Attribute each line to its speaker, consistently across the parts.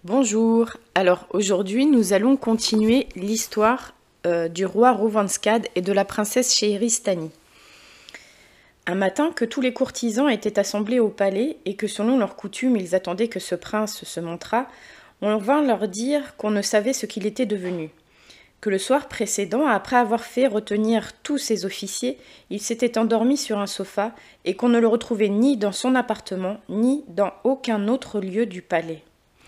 Speaker 1: Bonjour, alors aujourd'hui nous allons continuer l'histoire du roi Rovanskad et de la princesse Scheheristani. Un matin que tous les courtisans étaient assemblés au palais et que selon leur coutume ils attendaient que ce prince se montrât, on vint leur dire qu'on ne savait ce qu'il était devenu. Que le soir précédent, après avoir fait retenir tous ses officiers, il s'était endormi sur un sofa et qu'on ne le retrouvait ni dans son appartement ni dans aucun autre lieu du palais.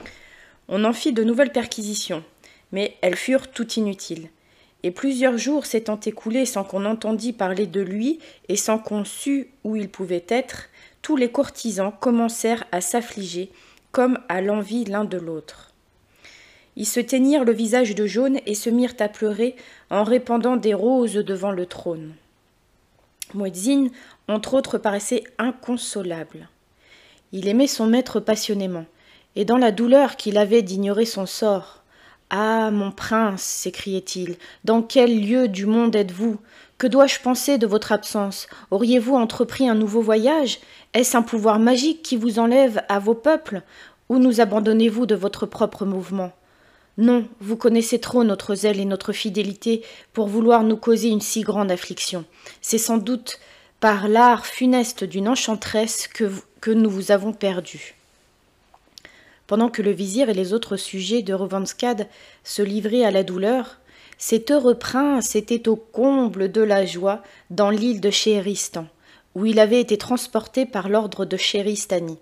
Speaker 1: On en fit de nouvelles perquisitions, mais elles furent toutes inutiles. Et plusieurs jours s'étant écoulés sans qu'on entendît parler de lui et sans qu'on sût où il pouvait être, tous les courtisans commencèrent à s'affliger, comme à l'envie l'un de l'autre. Ils se teignirent le visage de jaune et se mirent à pleurer en répandant des roses devant le trône. Muezzin, entre autres, paraissait inconsolable. Il aimait son maître passionnément, et dans la douleur qu'il avait d'ignorer son sort. « Ah, mon prince, s'écriait-il, dans quel lieu du monde êtes-vous? Que dois-je penser de votre absence? Auriez-vous entrepris un nouveau voyage? Est-ce un pouvoir magique qui vous enlève à vos peuples? Ou nous abandonnez-vous de votre propre mouvement? Non, vous connaissez trop notre zèle et notre fidélité pour vouloir nous causer une si grande affliction. C'est sans doute par l'art funeste d'une enchanteresse que nous vous avons perdu. » Pendant que le vizir et les autres sujets de Rovanskad se livraient à la douleur, cet heureux prince était au comble de la joie dans l'île de Scheheristan, où il avait été transporté par l'ordre de Scheheristani.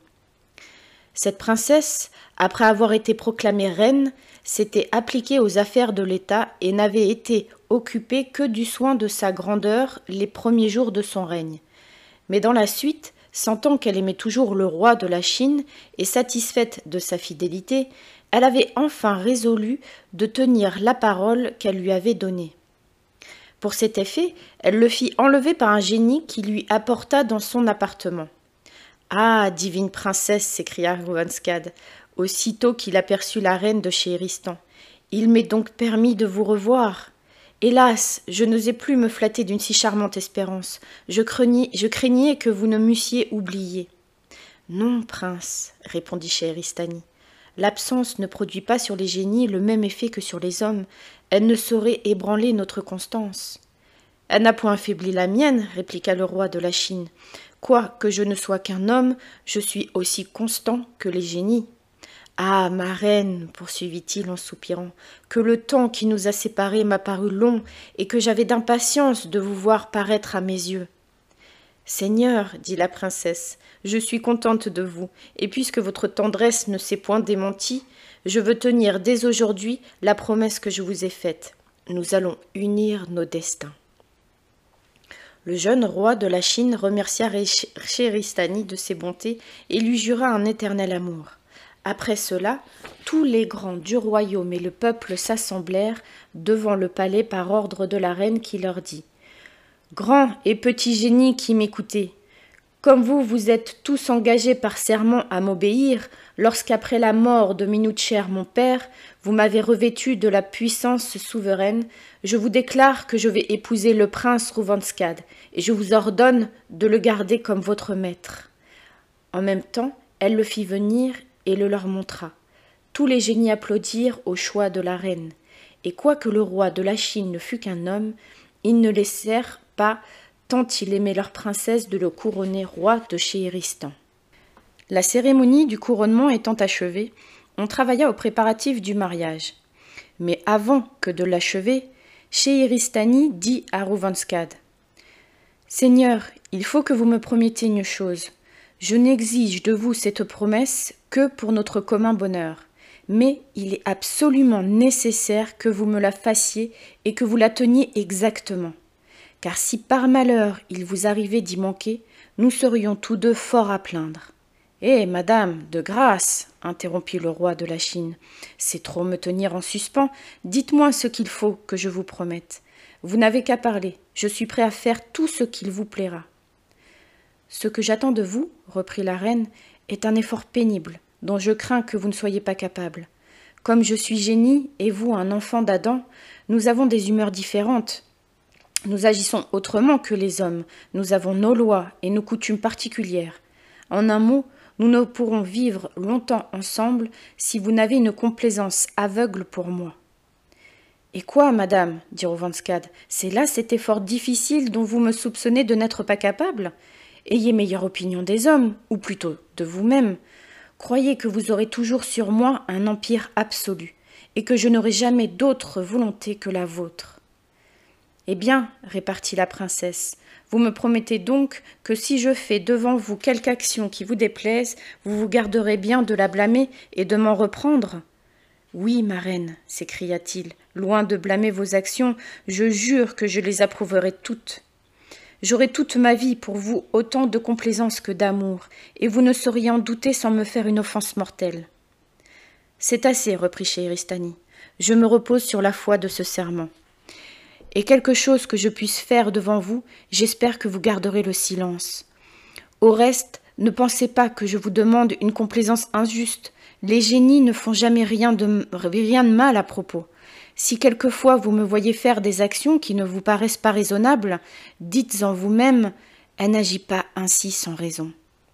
Speaker 1: Cette princesse, après avoir été proclamée reine, s'était appliquée aux affaires de l'État et n'avait été occupée que du soin de sa grandeur les premiers jours de son règne. Mais dans la suite, sentant qu'elle aimait toujours le roi de la Chine et satisfaite de sa fidélité, elle avait enfin résolu de tenir la parole qu'elle lui avait donnée. Pour cet effet, elle le fit enlever par un génie qui lui apporta dans son appartement. « Ah, divine princesse !» s'écria Rovanskad, aussitôt qu'il aperçut la reine de Scheheristan. « Il m'est donc permis de vous revoir. » Hélas, je n'osais plus me flatter d'une si charmante espérance. Je craignais que vous ne m'eussiez oublié. Non, prince, répondit Scheheristani. L'absence ne produit pas sur les génies le même effet que sur les hommes. Elle ne saurait ébranler notre constance. Elle n'a point affaibli la mienne, répliqua le roi de la Chine. Quoique je ne sois qu'un homme, je suis aussi constant que les génies. Ah, ma reine, poursuivit-il en soupirant, que le temps qui nous a séparés m'a paru long et que j'avais d'impatience de vous voir paraître à mes yeux. Seigneur, dit la princesse, je suis contente de vous, et puisque votre tendresse ne s'est point démentie, je veux tenir dès aujourd'hui la promesse que je vous ai faite. Nous allons unir nos destins. Le jeune roi de la Chine remercia Scheheristani de ses bontés et lui jura un éternel amour. Après cela, tous les grands du royaume et le peuple s'assemblèrent devant le palais par ordre de la reine qui leur dit « Grands et petits génies qui m'écoutez, comme vous êtes tous engagés par serment à m'obéir, lorsqu'après la mort de Minucher mon père, vous m'avez revêtu de la puissance souveraine, je vous déclare que je vais épouser le prince Rovanskad et je vous ordonne de le garder comme votre maître. » En même temps, elle le fit venir et le leur montra. Tous les génies applaudirent au choix de la reine, et quoique le roi de la Chine ne fût qu'un homme, ils ne laissèrent pas, tant il aimait leur princesse, de le couronner roi de Scheheristan. La cérémonie du couronnement étant achevée, on travailla aux préparatifs du mariage. Mais avant que de l'achever, Scheheristani dit à Rovanskad « Seigneur, il faut que vous me promettiez une chose. Je n'exige de vous cette promesse que pour notre commun bonheur, mais il est absolument nécessaire que vous me la fassiez et que vous la teniez exactement. Car si par malheur il vous arrivait d'y manquer, nous serions tous deux fort à plaindre. »« Eh, madame, de grâce, interrompit le roi de la Chine, c'est trop me tenir en suspens. Dites-moi ce qu'il faut que je vous promette. Vous n'avez qu'à parler, je suis prêt à faire tout ce qu'il vous plaira. » « Ce que j'attends de vous, reprit la reine, est un effort pénible, dont je crains que vous ne soyez pas capable. Comme je suis génie et vous un enfant d'Adam, nous avons des humeurs différentes. Nous agissons autrement que les hommes, nous avons nos lois et nos coutumes particulières. En un mot, Nous ne pourrons vivre longtemps ensemble si vous n'avez une complaisance aveugle pour moi. » « Et quoi, madame, dit Rovanscad, c'est là cet effort difficile dont vous me soupçonnez de n'être pas capable? Ayez meilleure opinion des hommes, ou plutôt de vous-même. Croyez que vous aurez toujours sur moi un empire absolu, et que je n'aurai jamais d'autre volonté que la vôtre. » « Eh bien, répartit la princesse, vous me promettez donc que si je fais devant vous quelque action qui vous déplaise, vous vous garderez bien de la blâmer et de m'en reprendre? »« Oui, ma reine, s'écria-t-il, loin de blâmer vos actions, je jure que je les approuverai toutes. J'aurai toute ma vie pour vous autant de complaisance que d'amour, et vous ne sauriez en douter sans me faire une offense mortelle. »« C'est assez, reprit Scheherazade, je me repose sur la foi de ce serment. Et quelque chose que je puisse faire devant vous, j'espère que vous garderez le silence. Au reste, ne pensez pas que je vous demande une complaisance injuste. Les génies ne font jamais rien de mal à propos. Si quelquefois vous me voyez faire des actions qui ne vous paraissent pas raisonnables, dites en vous-même, elle n'agit pas ainsi sans raison. »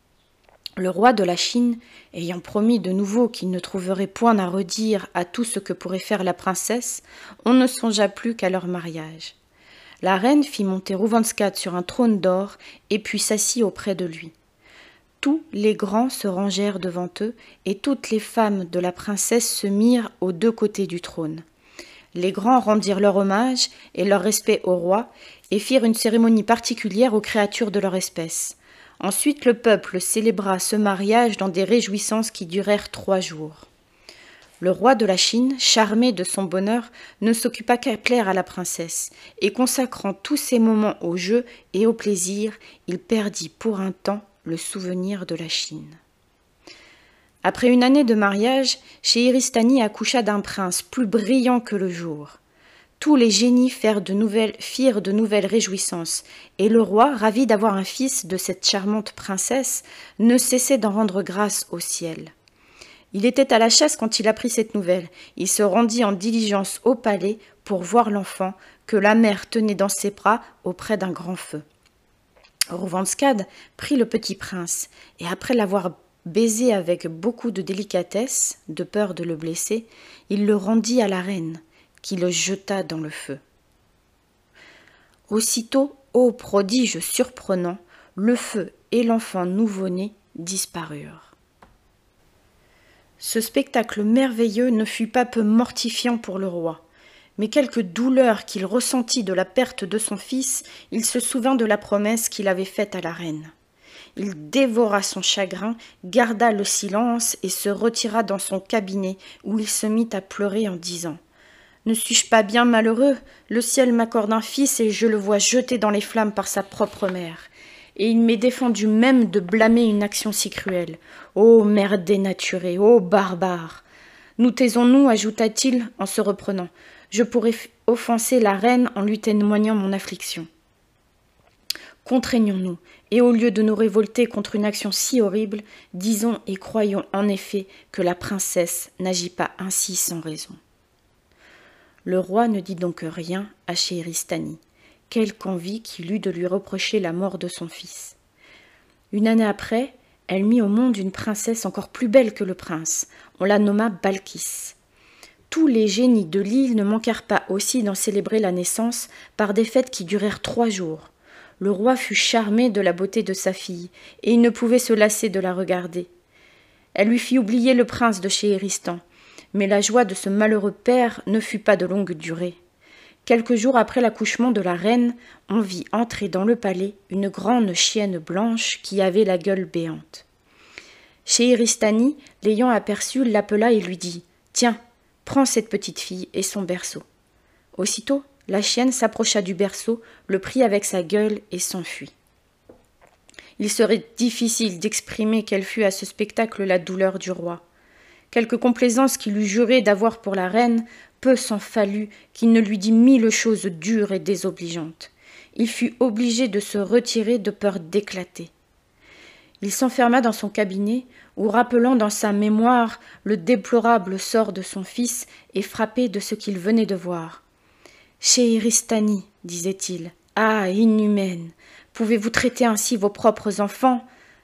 Speaker 1: Le roi de la Chine, ayant promis de nouveau qu'il ne trouverait point à redire à tout ce que pourrait faire la princesse, on ne songea plus qu'à leur mariage. La reine fit monter Rovanscad sur un trône d'or et puis s'assit auprès de lui. Tous les grands se rangèrent devant eux et toutes les femmes de la princesse se mirent aux deux côtés du trône. Les grands rendirent leur hommage et leur respect au roi et firent une cérémonie particulière aux créatures de leur espèce. Ensuite, le peuple célébra ce mariage dans des réjouissances qui durèrent 3 jours. Le roi de la Chine, charmé de son bonheur, ne s'occupa qu'à plaire à la princesse, et consacrant tous ses moments au jeu et au plaisir, il perdit pour un temps le souvenir de la Chine. Après une année de mariage, Scheherazade accoucha d'un prince plus brillant que le jour. Tous les génies firent de nouvelles réjouissances, et le roi, ravi d'avoir un fils de cette charmante princesse, ne cessait d'en rendre grâce au ciel. Il était à la chasse quand il apprit cette nouvelle. Il se rendit en diligence au palais pour voir l'enfant que la mère tenait dans ses bras auprès d'un grand feu. Rovanscad prit le petit prince, et après l'avoir baisé avec beaucoup de délicatesse, de peur de le blesser, il le rendit à la reine, qui le jeta dans le feu. Aussitôt, ô prodige surprenant, le feu et l'enfant nouveau-né disparurent. Ce spectacle merveilleux ne fut pas peu mortifiant pour le roi, mais quelque douleur qu'il ressentit de la perte de son fils, il se souvint de la promesse qu'il avait faite à la reine. Il dévora son chagrin, garda le silence et se retira dans son cabinet où il se mit à pleurer en disant « Ne suis-je pas bien malheureux? Le ciel m'accorde un fils et je le vois jeté dans les flammes par sa propre mère. Et il m'est défendu même de blâmer une action si cruelle. Ô mère dénaturée, ô barbare! Nous taisons-nous, ajouta-t-il en se reprenant. Je pourrais offenser la reine en lui témoignant mon affliction. Contraignons-nous, et au lieu de nous révolter contre une action si horrible, disons et croyons en effet que la princesse n'agit pas ainsi sans raison. » Le roi ne dit donc rien à Scheherazade, quelque envie qu'il eut de lui reprocher la mort de son fils. Une année après, elle mit au monde une princesse encore plus belle que le prince. On la nomma Balkis. Tous les génies de l'île ne manquèrent pas aussi d'en célébrer la naissance par des fêtes qui durèrent 3 jours. Le roi fut charmé de la beauté de sa fille, et il ne pouvait se lasser de la regarder. Elle lui fit oublier le prince de Scheherazade. Mais la joie de ce malheureux père ne fut pas de longue durée. Quelques jours après l'accouchement de la reine, on vit entrer dans le palais une grande chienne blanche qui avait la gueule béante. Scheherazade, l'ayant aperçue, l'appela et lui dit « Tiens, prends cette petite fille et son berceau. » Aussitôt, la chienne s'approcha du berceau, le prit avec sa gueule et s'enfuit. Il serait difficile d'exprimer quelle fut à ce spectacle la douleur du roi. Quelque complaisance qu'il eût juré d'avoir pour la reine, peu s'en fallut qu'il ne lui dit 1000 choses dures et désobligeantes. Il fut obligé de se retirer de peur d'éclater. Il s'enferma dans son cabinet, où, rappelant dans sa mémoire le déplorable sort de son fils, et frappé de ce qu'il venait de voir. « Scheherazade, disait-il, ah, inhumaine, pouvez-vous traiter ainsi vos propres enfants?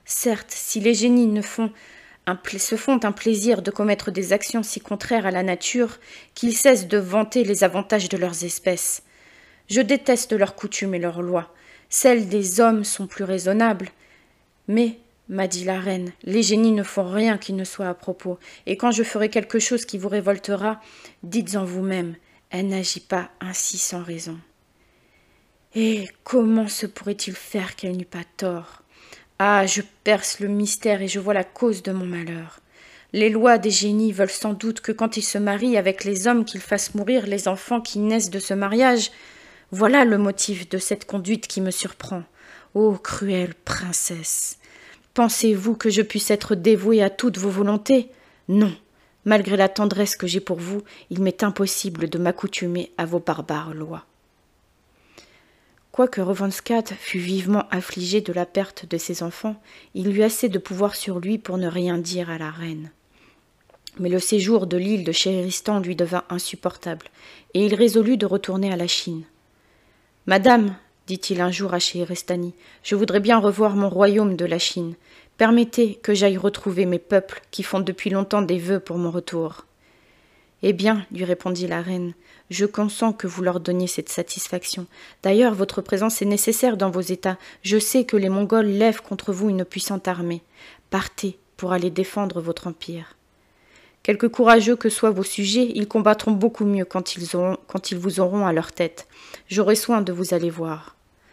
Speaker 1: Certes, si les génies se font un plaisir de commettre des actions si contraires à la nature qu'ils cessent de vanter les avantages de leurs espèces. Je déteste leurs coutumes et leurs lois. Celles des hommes sont plus raisonnables. Mais, m'a dit la reine, les génies ne font rien qui ne soit à propos, et quand je ferai quelque chose qui vous révoltera, dites-en vous-même, elle n'agit pas ainsi sans raison. Et comment se pourrait-il faire qu'elle n'eût pas tort? Ah, je perce le mystère et je vois la cause de mon malheur. Les lois des génies veulent sans doute que quand ils se marient avec les hommes, qu'ils fassent mourir les enfants qui naissent de ce mariage. Voilà le motif de cette conduite qui me surprend. Ô cruelle princesse! Pensez-vous que je puisse être dévouée à toutes vos volontés? Non. Malgré la tendresse que j'ai pour vous, il m'est impossible de m'accoutumer à vos barbares lois. Quoique Rovanscad fût vivement affligé de la perte de ses enfants, il eut assez de pouvoir sur lui pour ne rien dire à la reine. Mais le séjour de l'île de Chéristan lui devint insupportable, et il résolut de retourner à la Chine. « Madame, dit-il un jour à Scheherestani, je voudrais bien revoir mon royaume de la Chine. Permettez que j'aille retrouver mes peuples qui font depuis longtemps des vœux pour mon retour. » « Eh bien, lui répondit la reine, je consens que vous leur donniez cette satisfaction. D'ailleurs, votre présence est nécessaire dans vos États. Je sais que les Mongols lèvent contre vous une puissante armée. Partez pour aller défendre votre empire. Quelque courageux que soient vos sujets, ils combattront beaucoup mieux quand ils vous auront à leur tête. J'aurai soin de vous aller voir. »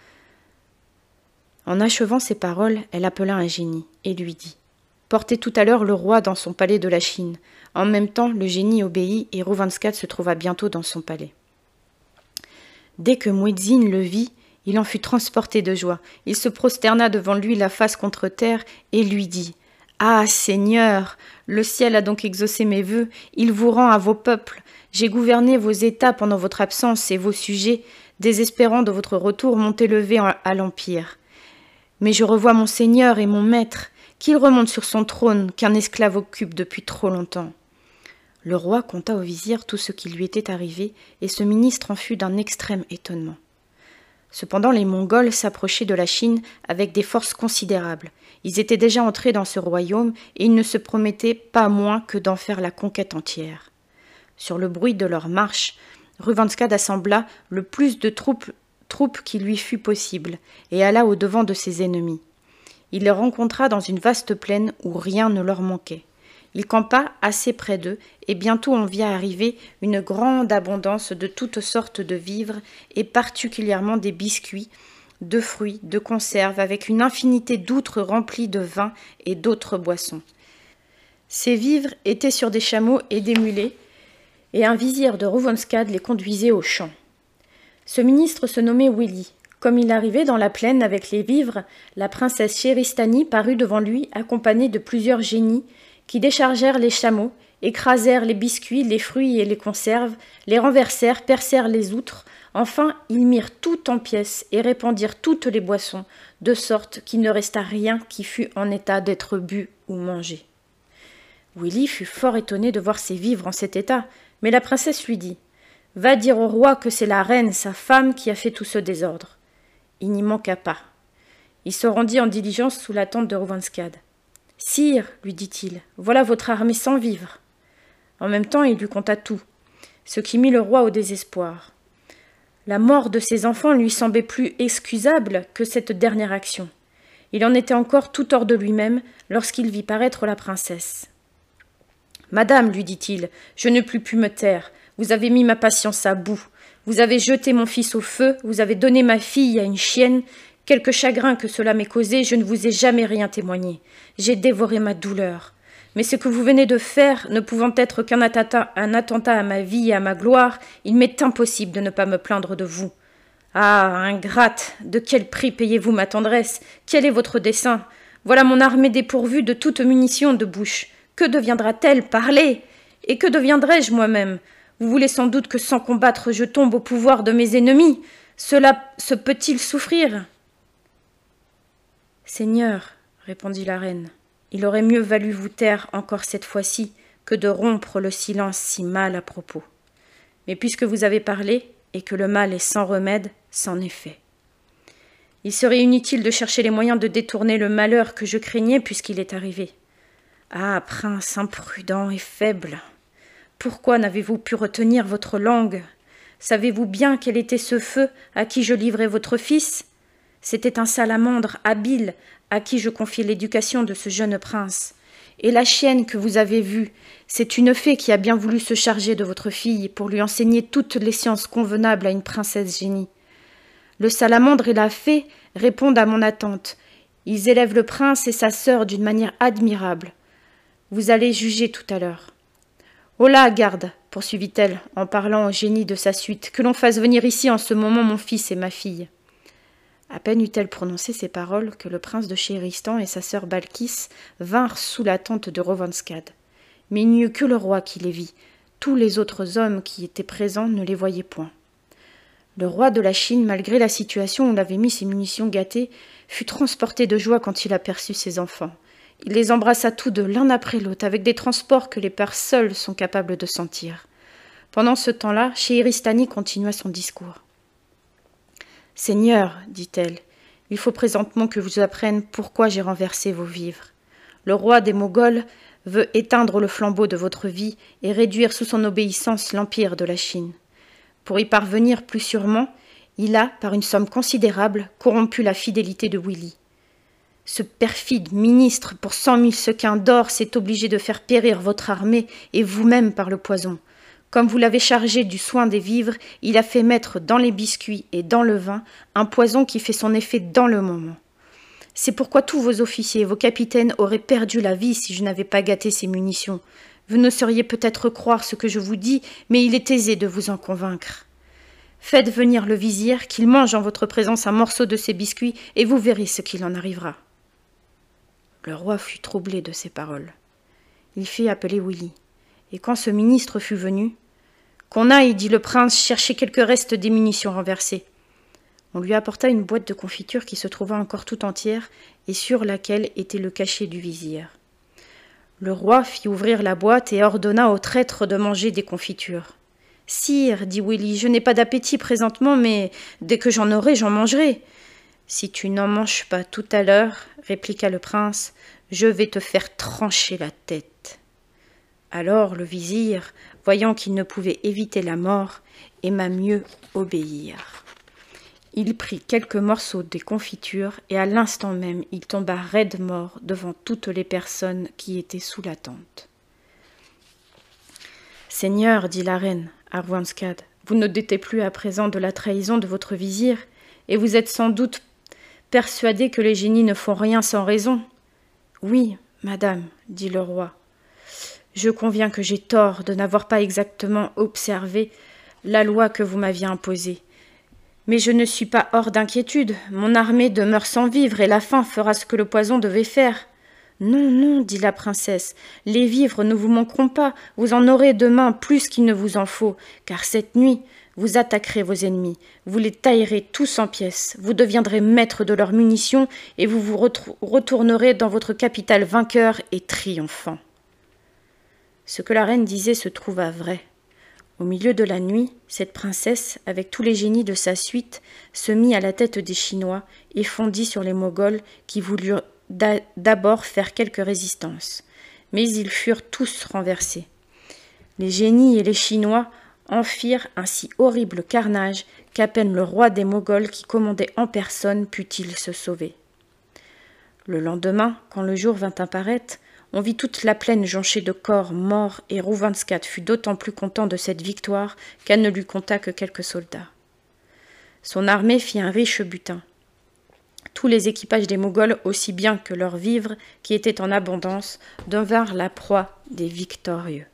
Speaker 1: En achevant ces paroles, elle appela un génie et lui dit « Portez tout à l'heure le roi dans son palais de la Chine. » En même temps, le génie obéit et Rovanscad se trouva bientôt dans son palais. Dès que Muezzin le vit, il en fut transporté de joie. Il se prosterna devant lui la face contre terre et lui dit « Ah, Seigneur, le ciel a donc exaucé mes vœux, il vous rend à vos peuples. J'ai gouverné vos États pendant votre absence et vos sujets, désespérant de votre retour, m'ont élevé à l'Empire. Mais je revois mon Seigneur et mon Maître, qu'il remonte sur son trône qu'un esclave occupe depuis trop longtemps. » Le roi conta au vizir tout ce qui lui était arrivé, et ce ministre en fut d'un extrême étonnement. Cependant, les Mongols s'approchaient de la Chine avec des forces considérables. Ils étaient déjà entrés dans ce royaume, et ils ne se promettaient pas moins que d'en faire la conquête entière. Sur le bruit de leur marche, Rovanscad assembla le plus de troupes qui lui fut possible, et alla au-devant de ses ennemis. Il les rencontra dans une vaste plaine où rien ne leur manquait. Il campa assez près d'eux, et bientôt on vit arriver une grande abondance de toutes sortes de vivres, et particulièrement des biscuits, de fruits, de conserves, avec une infinité d'outres remplies de vin et d'autres boissons. Ces vivres étaient sur des chameaux et des mulets, et un vizir de Rovanscad les conduisait au champ. Ce ministre se nommait Wili. Comme il arrivait dans la plaine avec les vivres, la princesse Scheherestani parut devant lui, accompagnée de plusieurs génies, qui déchargèrent les chameaux, écrasèrent les biscuits, les fruits et les conserves, les renversèrent, percèrent les outres, enfin ils mirent tout en pièces et répandirent toutes les boissons, de sorte qu'il ne resta rien qui fût en état d'être bu ou mangé. Wili fut fort étonné de voir ses vivres en cet état, mais la princesse lui dit « Va dire au roi que c'est la reine, sa femme, qui a fait tout ce désordre. » Il n'y manqua pas. Il se rendit en diligence sous la tente de Rovanscad. « Sire, lui dit-il, voilà votre armée sans vivre. » En même temps, il lui conta tout, ce qui mit le roi au désespoir. La mort de ses enfants lui semblait plus excusable que cette dernière action. Il en était encore tout hors de lui-même lorsqu'il vit paraître la princesse. « Madame, lui dit-il, je ne puis plus me taire. Vous avez mis ma patience à bout. Vous avez jeté mon fils au feu, vous avez donné ma fille à une chienne. Quelque chagrin que cela m'ait causé, je ne vous ai jamais rien témoigné. J'ai dévoré ma douleur. Mais ce que vous venez de faire, ne pouvant être qu'un attentat à ma vie et à ma gloire, il m'est impossible de ne pas me plaindre de vous. Ah, ingrate, de quel prix payez-vous ma tendresse? Quel est votre dessein? Voilà mon armée dépourvue de toute munition de bouche. Que deviendra-t-elle? Parlez! Et que deviendrai-je moi-même? Vous voulez sans doute que sans combattre je tombe au pouvoir de mes ennemis. Cela se peut-il souffrir? Seigneur, répondit la reine, il aurait mieux valu vous taire encore cette fois-ci que de rompre le silence si mal à propos. Mais puisque vous avez parlé, et que le mal est sans remède, c'en est fait. Il serait inutile de chercher les moyens de détourner le malheur que je craignais puisqu'il est arrivé. Ah, prince imprudent et faible, pourquoi n'avez-vous pu retenir votre langue? Savez-vous bien quel était ce feu à qui je livrais votre fils? C'était un salamandre habile à qui je confiais l'éducation de ce jeune prince. Et la chienne que vous avez vue, c'est une fée qui a bien voulu se charger de votre fille pour lui enseigner toutes les sciences convenables à une princesse génie. Le salamandre et la fée répondent à mon attente. Ils élèvent le prince et sa sœur d'une manière admirable. Vous allez juger tout à l'heure. « Holà, garde !» poursuivit-elle en parlant au génie de sa suite, « que l'on fasse venir ici en ce moment mon fils et ma fille. » À peine eut-elle prononcé ces paroles que le prince de Chéristan et sa sœur Balkis vinrent sous la tente de Rovanskad. Mais il n'y eut que le roi qui les vit. Tous les autres hommes qui étaient présents ne les voyaient point. Le roi de la Chine, malgré la situation où il avait mis ses munitions gâtées, fut transporté de joie quand il aperçut ses enfants. Il les embrassa tous deux l'un après l'autre avec des transports que les pères seuls sont capables de sentir. Pendant ce temps-là, Scheheristani continua son discours. « Seigneur, dit-elle, il faut présentement que je vous apprenne pourquoi j'ai renversé vos vivres. Le roi des Moghols veut éteindre le flambeau de votre vie et réduire sous son obéissance l'empire de la Chine. Pour y parvenir plus sûrement, il a, par une somme considérable, corrompu la fidélité de Willy. Ce perfide ministre, pour 100 000 sequins d'or, s'est obligé de faire périr votre armée et vous-même par le poison. Comme vous l'avez chargé du soin des vivres, il a fait mettre dans les biscuits et dans le vin un poison qui fait son effet dans le moment. C'est pourquoi tous vos officiers et vos capitaines auraient perdu la vie si je n'avais pas gâté ces munitions. Vous ne sauriez peut-être croire ce que je vous dis, mais il est aisé de vous en convaincre. Faites venir le vizir, qu'il mange en votre présence un morceau de ces biscuits, et vous verrez ce qu'il en arrivera. » Le roi fut troublé de ces paroles. Il fit appeler Willy, et quand ce ministre fut venu, « Qu'on aille, dit le prince, chercher quelques restes des munitions renversées. » On lui apporta une boîte de confiture qui se trouva encore tout entière et sur laquelle était le cachet du vizir. Le roi fit ouvrir la boîte et ordonna au traître de manger des confitures. « Sire, dit Willy, je n'ai pas d'appétit présentement, mais dès que j'en aurai, j'en mangerai. »« Si tu n'en manges pas tout à l'heure, répliqua le prince, je vais te faire trancher la tête. » Alors le vizir, voyant qu'il ne pouvait éviter la mort, aima mieux obéir. Il prit quelques morceaux des confitures et à l'instant même il tomba raide mort devant toutes les personnes qui étaient sous la tente. « Seigneur, dit la reine à Rovanskad, vous ne doutez plus à présent de la trahison de votre vizir, et vous êtes sans doute persuadé que les génies ne font rien sans raison. »« Oui, madame, dit le roi. Je conviens que j'ai tort de n'avoir pas exactement observé la loi que vous m'aviez imposée. Mais je ne suis pas hors d'inquiétude. Mon armée demeure sans vivres et la faim fera ce que le poison devait faire. »« Non, non, dit la princesse, les vivres ne vous manqueront pas. Vous en aurez demain plus qu'il ne vous en faut, car cette nuit, vous attaquerez vos ennemis. Vous les taillerez tous en pièces. Vous deviendrez maître de leurs munitions et vous vous retournerez dans votre capitale vainqueur et triomphant. » Ce que la reine disait se trouva vrai. Au milieu de la nuit, cette princesse, avec tous les génies de sa suite, se mit à la tête des Chinois et fondit sur les Moghols qui voulurent d'abord faire quelque résistance. Mais ils furent tous renversés. Les génies et les Chinois en firent un si horrible carnage qu'à peine le roi des Moghols qui commandait en personne put-il se sauver. Le lendemain, quand le jour vint apparaître, on vit toute la plaine jonchée de corps morts et Rovanskad fut d'autant plus content de cette victoire qu'elle ne lui compta que quelques soldats. Son armée fit un riche butin. Tous les équipages des Moghols, aussi bien que leurs vivres, qui étaient en abondance, devinrent la proie des victorieux.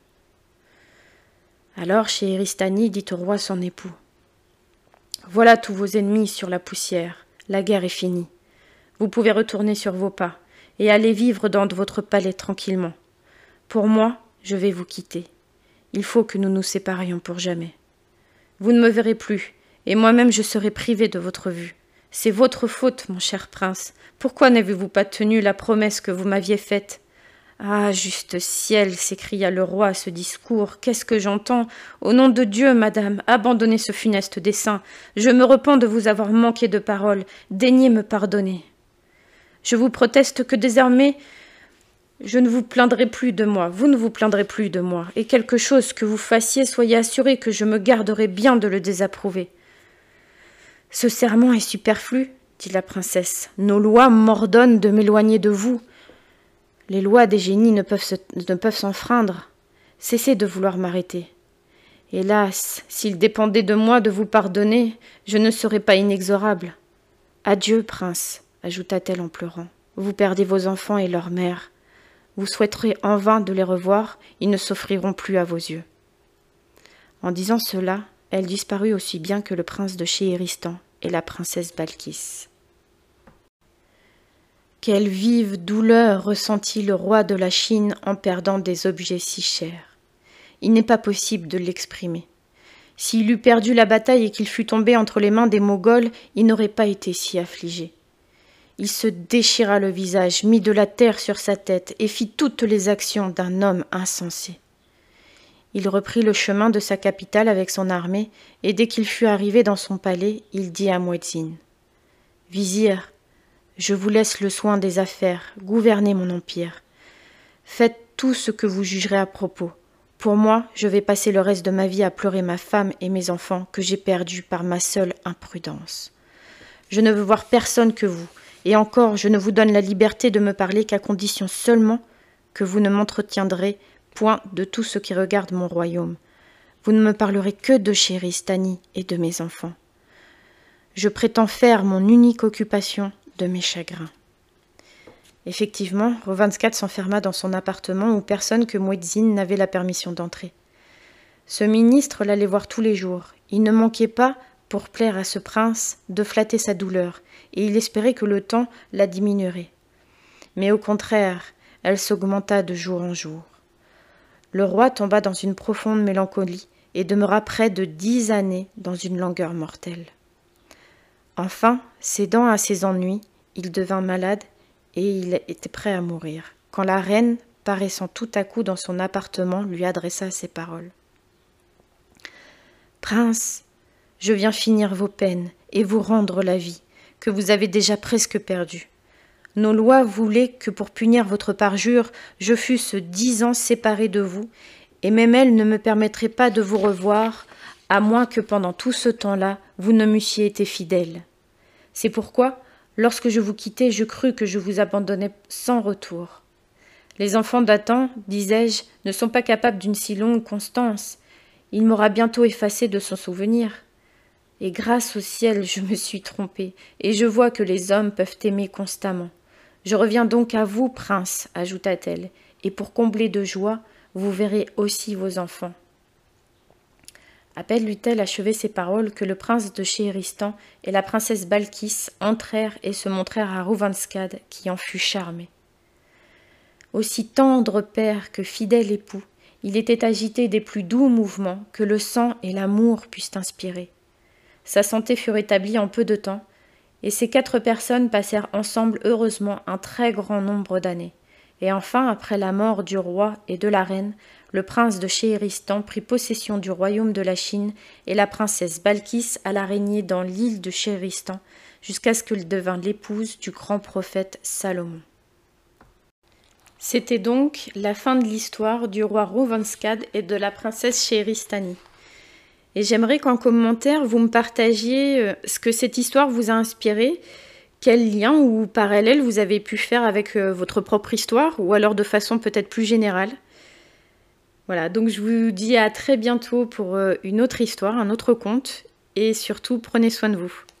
Speaker 1: Alors Scheheristani dit au roi son époux, « Voilà tous vos ennemis sur la poussière, la guerre est finie. Vous pouvez retourner sur vos pas et aller vivre dans votre palais tranquillement. Pour moi, je vais vous quitter. Il faut que nous nous séparions pour jamais. Vous ne me verrez plus, et moi-même je serai privé de votre vue. C'est votre faute, mon cher prince. Pourquoi n'avez-vous pas tenu la promesse que vous m'aviez faite? Ah, juste ciel, s'écria le roi à ce discours, qu'est-ce que j'entends? Au nom de Dieu, madame, abandonnez ce funeste dessein. Je me repens de vous avoir manqué de parole. Daignez me pardonner. Je vous proteste que désormais, je ne vous plaindrai plus de moi, vous ne vous plaindrez plus de moi, et quelque chose que vous fassiez, soyez assuré que je me garderai bien de le désapprouver. Ce serment est superflu, dit la princesse. Nos lois m'ordonnent de m'éloigner de vous. Les lois des génies ne peuvent s'enfreindre. Cessez de vouloir m'arrêter. Hélas, s'il dépendait de moi de vous pardonner, je ne serais pas inexorable. Adieu, prince, ajouta-t-elle en pleurant. Vous perdez vos enfants et leur mère. Vous souhaiterez en vain de les revoir, ils ne s'offriront plus à vos yeux. En disant cela, elle disparut aussi bien que le prince de Chéhéristan et la princesse Balkis. Quelle vive douleur ressentit le roi de la Chine en perdant des objets si chers. Il n'est pas possible de l'exprimer. S'il eût perdu la bataille et qu'il fût tombé entre les mains des Moghols, il n'aurait pas été si affligé. Il se déchira le visage, mit de la terre sur sa tête et fit toutes les actions d'un homme insensé. Il reprit le chemin de sa capitale avec son armée, et dès qu'il fut arrivé dans son palais, il dit à Muezzin : « Vizir, je vous laisse le soin des affaires, gouvernez mon empire. Faites tout ce que vous jugerez à propos. Pour moi, je vais passer le reste de ma vie à pleurer ma femme et mes enfants que j'ai perdus par ma seule imprudence. Je ne veux voir personne que vous, et encore, je ne vous donne la liberté de me parler qu'à condition seulement que vous ne m'entretiendrez point de tout ce qui regarde mon royaume. Vous ne me parlerez que de Chéhéri-Stani et de mes enfants. Je prétends faire mon unique occupation de mes chagrins. » Effectivement, Rovanscad s'enferma dans son appartement où personne que Muezzin n'avait la permission d'entrer. Ce ministre l'allait voir tous les jours. Il ne manquait pas, pour plaire à ce prince, de flatter sa douleur, et il espérait que le temps la diminuerait. Mais au contraire, elle s'augmenta de jour en jour. Le roi tomba dans une profonde mélancolie et demeura près de 10 années dans une langueur mortelle. Enfin, cédant à ses ennuis, il devint malade et il était prêt à mourir, quand la reine, paraissant tout à coup dans son appartement, lui adressa ces paroles. « Prince, je viens finir vos peines et vous rendre la vie, que vous avez déjà presque perdue. Nos lois voulaient que pour punir votre parjure, je fusse 10 ans séparée de vous, et même elles ne me permettraient pas de vous revoir, à moins que pendant tout ce temps-là, vous ne m'eussiez été fidèle. C'est pourquoi, lorsque je vous quittai, je crus que je vous abandonnais sans retour. Les enfants d'Adam, disais-je, ne sont pas capables d'une si longue constance. Il m'aura bientôt effacé de son souvenir. Et grâce au ciel, je me suis trompée, et je vois que les hommes peuvent aimer constamment. Je reviens donc à vous, prince, ajouta-t-elle, et pour combler de joie, vous verrez aussi vos enfants. » À peine eut-elle achevé ces paroles que le prince de Chéhéristan et la princesse Balkis entrèrent et se montrèrent à Rovanscad, qui en fut charmé. Aussi tendre père que fidèle époux, il était agité des plus doux mouvements que le sang et l'amour puissent inspirer. Sa santé fut rétablie en peu de temps, et ces 4 personnes passèrent ensemble heureusement un très grand nombre d'années. Et enfin, après la mort du roi et de la reine, le prince de Chéhéristan prit possession du royaume de la Chine et la princesse Balkis alla régner dans l'île de Chéhéristan jusqu'à ce qu'elle devint l'épouse du grand prophète Salomon. C'était donc la fin de l'histoire du roi Rovanscad et de la princesse Chéhéri-Stani. Et j'aimerais qu'en commentaire, vous me partagiez ce que cette histoire vous a inspiré, quel lien ou parallèle vous avez pu faire avec votre propre histoire, ou alors de façon peut-être plus générale. Voilà, donc je vous dis à très bientôt pour une autre histoire, un autre conte, et surtout prenez soin de vous.